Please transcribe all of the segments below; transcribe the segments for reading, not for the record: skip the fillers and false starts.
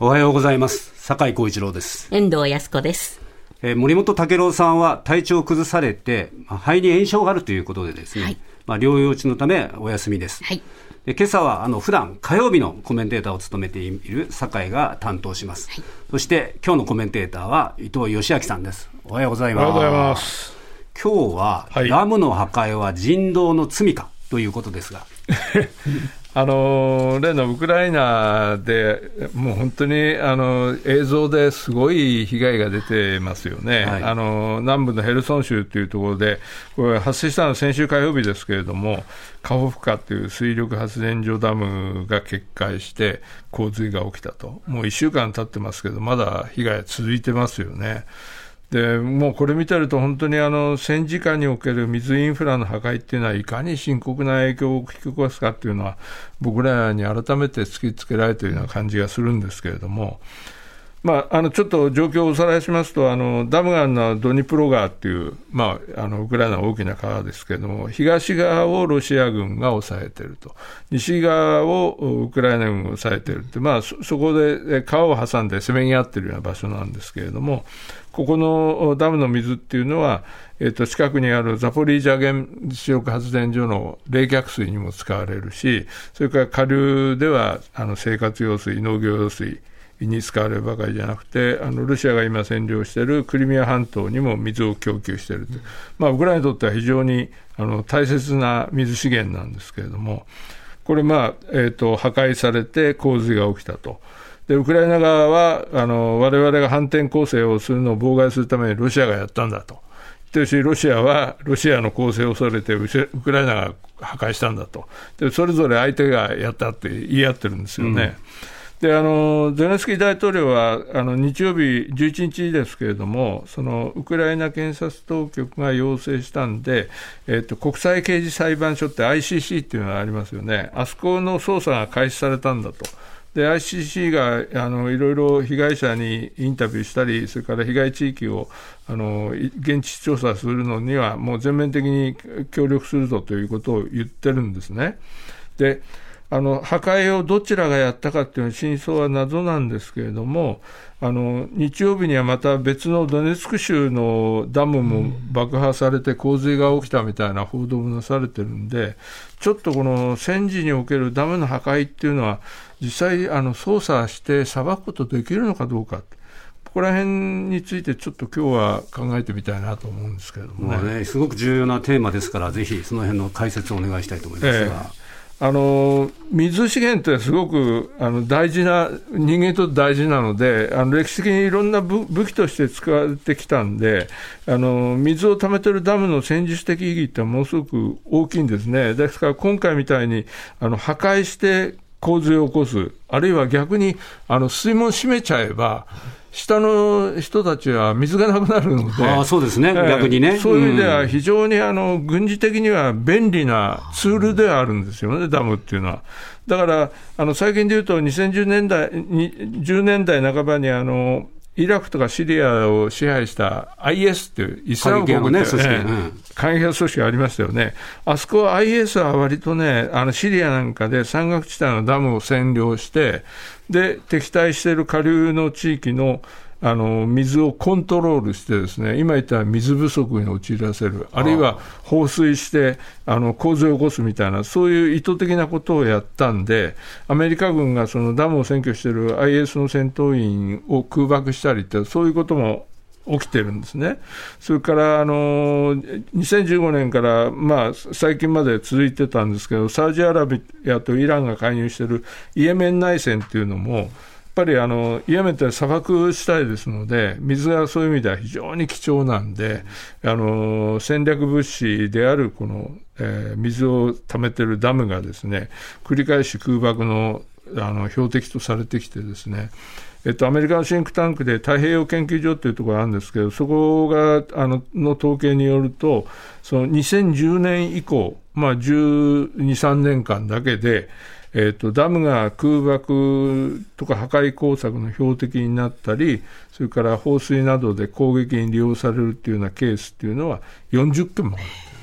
おはようございます。酒井光一郎です。 遠藤康子です。 森本武郎さんは体調を崩されて、肺に炎症があるということでですね、療養中のためお休みです。で今朝は普段火曜日のコメンテーターを務めている酒井が担当します。そして今日のコメンテーターは伊藤義明さんです。おはようございます。 おはようございます。 今日は、ダムの破壊は人道の罪かということですが例のウクライナでもう本当に映像ですごい被害が出てますよね。南部のヘルソン州というところでこれ発生したのは先週火曜日ですけれども、カホフカという水力発電所ダムが決壊して洪水が起きたと。もう1週間経ってますけどまだ被害続いてますよね。でもうこれ見てると本当に戦時下における水インフラの破壊っていうのはいかに深刻な影響を引き起こすかっていうのは僕らに改めて突きつけられているような感じがするんですけれども、ちょっと状況をおさらいしますと、ダムがあるのはドニプロ川っていう、ウクライナの大きな川ですけれども、東側をロシア軍が抑えていると、西側をウクライナ軍が抑えているって、そこで川を挟んでせめぎ合っているような場所なんですけれども、ここのダムの水っていうのは、近くにあるザポリージャ原子力発電所の冷却水にも使われるし、それから下流では生活用水、農業用水に使われるばかりじゃなくて、ロシアが今占領しているクリミア半島にも水を供給しているという、ウクライナにとっては非常に大切な水資源なんですけれども、これ破壊されて洪水が起きたと。でウクライナ側は我々が反転攻勢をするのを妨害するためにロシアがやったんだと言ってるし、ロシアはロシアの攻勢を恐れてウクライナが破壊したんだと。でそれぞれ相手がやったって言い合ってるんですよね。でゼレンスキー大統領は日曜日11日ですけれども、そのウクライナ検察当局が要請したんで、国際刑事裁判所って ICC っていうのがありますよね。あそこの捜査が開始されたんだと。で ICC がいろいろ被害者にインタビューしたり、それから被害地域を現地調査するのにはもう全面的に協力するぞということを言ってるんですね。で破壊をどちらがやったかっていう真相は謎なんですけれども、日曜日にはまた別のドネツク州のダムも爆破されて洪水が起きたみたいな報道もなされてるんで、ちょっとこの戦時におけるダムの破壊っていうのは実際捜査して裁くことできるのかどうか、ここら辺についてちょっと今日は考えてみたいなと思うんですけれどもね。 すごく重要なテーマですから、ぜひその辺の解説をお願いしたいと思いますが、 水資源ってすごく大事な、人間にとって大事なので、歴史的にいろんな武器として使われてきたんで、水を溜めてるダムの戦術的意義ってものすごく大きいんですね。ですから今回みたいに破壊して洪水を起こす、あるいは逆に水門閉めちゃえば下の人たちは水がなくなるので、 そうですね、逆にね。 そういう意味では非常に軍事的には便利なツールではあるんですよね、ダムっていうのは。だから最近でいうと2010年代、10年代半ばにイラクとかシリアを支配した IS っていうイスラム国の過激派組織がありましたよね。あそこは IS は割とね、シリアなんかで山岳地帯のダムを占領して、で敵対している下流の地域の水をコントロールしてですね、今言った水不足に陥らせる、あるいは放水して洪水を起こすみたいな、そういう意図的なことをやったんで、アメリカ軍がそのダムを占拠している IS の戦闘員を空爆したりって、そういうことも起きてるんですね。それから2015年から、最近まで続いてたんですけど、サウジアラビアとイランが介入しているイエメン内戦っていうのも、やっぱりイエメンって砂漠地帯ですので、水がそういう意味では非常に貴重なんで、戦略物資であるこの、水を溜めているダムがですね、繰り返し空爆の標的とされてきてですね、アメリカのシンクタンクで太平洋研究所というところがあるんですけど、そこがの統計によると、その2010年以降、12、13年間だけで、ダムが空爆とか破壊工作の標的になったり、それから放水などで攻撃に利用されるっていうようなケースっていうのは40件もある。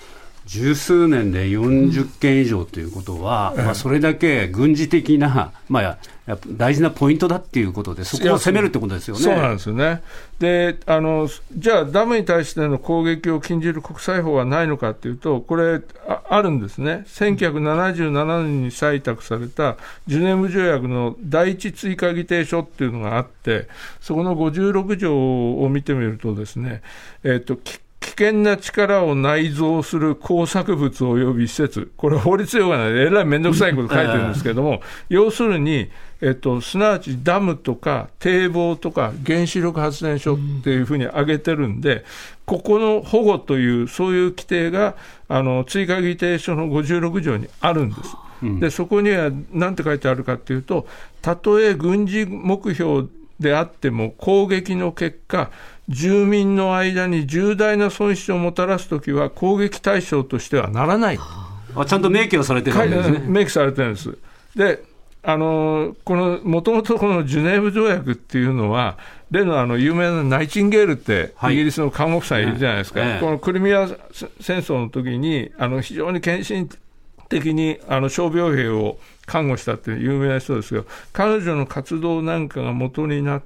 十数年で40件以上ということは、それだけ軍事的な、やっぱ大事なポイントだっていうことで、そこを攻めるってことですよね。 そうなんですよね。で、じゃあ、ダムに対しての攻撃を禁じる国際法はないのかというと、これ あるんですね。1977年に採択されたジュネーブ条約の第一追加議定書っていうのがあって、そこの56条を見てみるとですね、危険な力を内蔵する工作物及び施設、これ法律用語なのでえらいめんどくさいこと書いてるんですけども、要するに、すなわちダムとか堤防とか原子力発電所っていうふうに挙げてるんで、ここの保護というそういう規定が追加議定書の56条にあるんです。でそこには何て書いてあるかというと、たとえ軍事目標であっても攻撃の結果、住民の間に重大な損失をもたらすときは攻撃対象としてはならない。 ちゃんと明記はされてるんですね。 明記されてるんです。で、もともとこのジュネーブ条約っていうのは、例の有名なナイチンゲールって、イギリスの看護婦さんいるじゃないですか。このクリミア戦争の時に、非常に献身的に傷病兵を看護したっていう有名な人ですけど、彼女の活動なんかが元になって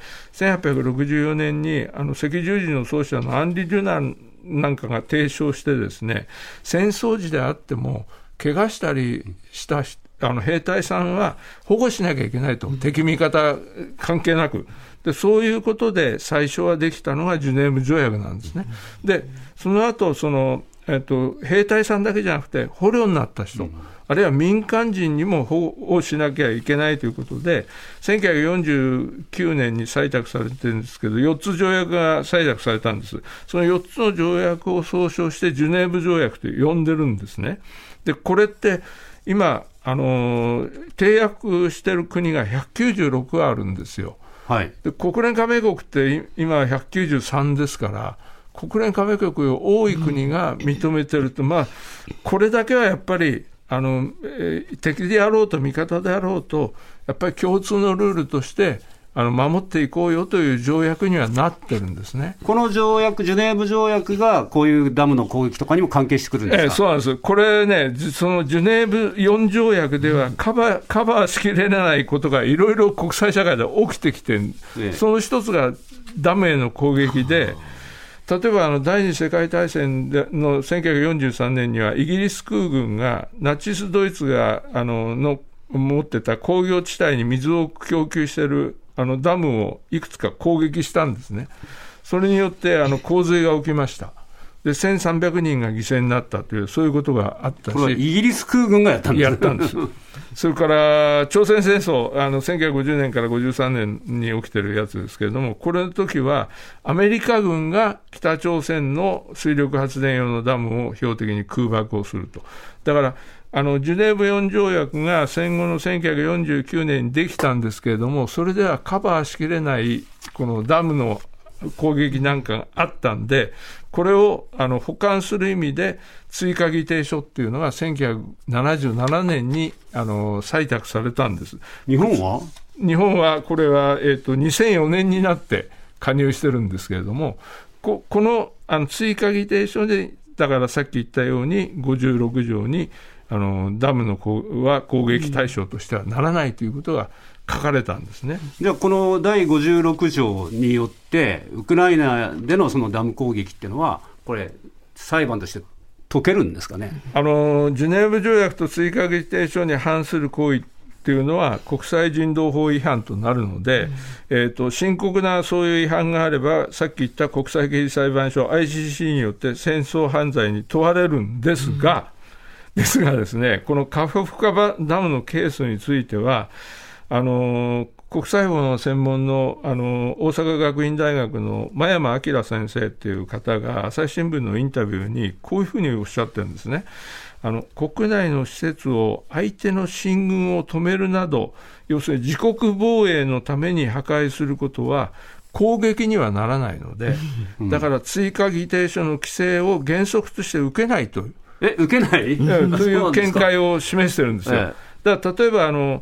、1864年に赤十字の創始者のアンリ・デュナンなんかが提唱してですね、戦争時であっても怪我したりした兵隊さんは保護しなきゃいけないと、敵味方関係なく。でそういうことで最初はできたのがジュネーブ条約なんですね。でその後兵隊さんだけじゃなくて捕虜になった人、あるいは民間人にも保護しなきゃいけないということで、1949年に採択されてるんですけど、4つ条約が採択されたんです。その4つの条約を総称してジュネーブ条約と呼んでるんですね。でこれって今締約してる国が196あるんですよ。で国連加盟国って今193ですから、国連加盟国を多い国が認めてると、これだけはやっぱり敵であろうと味方であろうと、やっぱり共通のルールとして守っていこうよという条約にはなってるんですね。 この条約、ジュネーブ条約がこういうダムの攻撃とかにも関係してくるんですか？ そうなんです。これね、そのジュネーブ4条約ではカバーしきれないことがいろいろ国際社会で起きてきて、その一つがダムへの攻撃で、例えば第二次世界大戦の1943年にはイギリス空軍がナチスドイツがの持ってた工業地帯に水を供給しているダムをいくつか攻撃したんですね。それによって洪水が起きました。で1300人が犠牲になったという、そういうことがあったし、 これはイギリス空軍がやったんですそれから朝鮮戦争、1950年から53年に起きてるやつですけれども、これの時はアメリカ軍が北朝鮮の水力発電用のダムを標的に空爆をすると。だからジュネーブ4条約が戦後の1949年にできたんですけれども、それではカバーしきれないこのダムの攻撃なんかがあったんで、これを補完する意味で追加議定書っていうのが1977年に採択されたんです。 日本はこれは、2004年になって加入してるんですけれども、この追加議定書で、だからさっき言ったように56条にダムのは攻撃対象としてはならないということが書かれたんですね。 じゃあこの第56条によってウクライナでのそのダム攻撃っていうのは、これ裁判として解けるんですかね？ ジュネーブ条約と追加議定書に反する行為っていうのは国際人道法違反となるので、深刻なそういう違反があれば、さっき言った国際刑事裁判所 ICC によって戦争犯罪に問われるんですが、ですね、このカホフカダムのケースについては国際法の専門の、大阪学院大学の真山明先生っていう方が朝日新聞のインタビューにこういうふうにおっしゃってるんですね。国内の施設を相手の進軍を止めるなど、要するに自国防衛のために破壊することは攻撃にはならないので、だから追加議定書の規制を原則として受けないという、 受けないという見解を示してるんですよ。だから例えば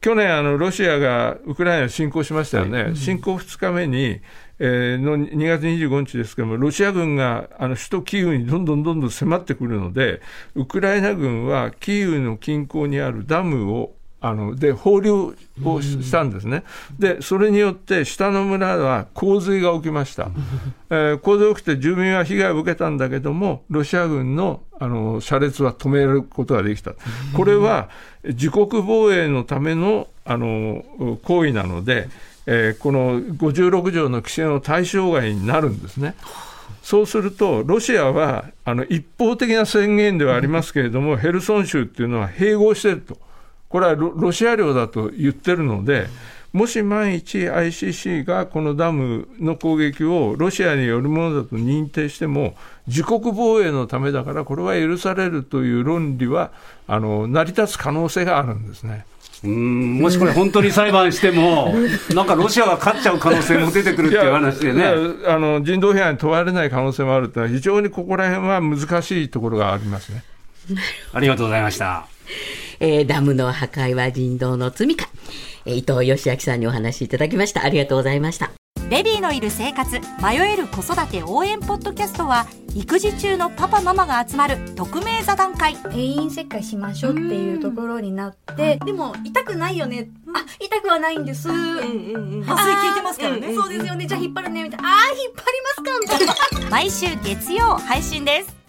去年ロシアがウクライナに侵攻しましたよね、侵攻2日目に、の2月25日ですけども、ロシア軍が首都キーウにどんどん迫ってくるので、ウクライナ軍はキーウの近郊にあるダムをで放流をしたんですね。でそれによって下の村は洪水が起きました、洪水が起きて住民は被害を受けたんだけども、ロシア軍の車列は止めることができた。これは自国防衛のための行為なので、この56条の規制の対象外になるんですね。そうするとロシアは一方的な宣言ではありますけれども、ヘルソン州っていうのは併合していると、これはロシア領だと言ってるので、もし万一 ICC がこのダムの攻撃をロシアによるものだと認定しても、自国防衛のためだからこれは許されるという論理は成り立つ可能性があるんですね。 もしこれ本当に裁判してもなんかロシアが勝っちゃう可能性も出てくるっていう話でね、 人道批判に問われない可能性もあるというのは、非常にここら辺は難しいところがありますね。 ありがとうございました。 ダムの破壊は人道の罪か、伊藤義明さんにお話しいただきました。ありがとうございました。 ベビーのいる生活、迷える子育て応援ポッドキャストは、育児中のパパママが集まる匿名座談会。 定員切開しましょうっていうところになって、でも痛くないよね、痛くはないんです、麻酔効いてますからね、 そうですよね、じゃあ引っ張るねみたいな、引っ張りますかみたいな毎週月曜配信です。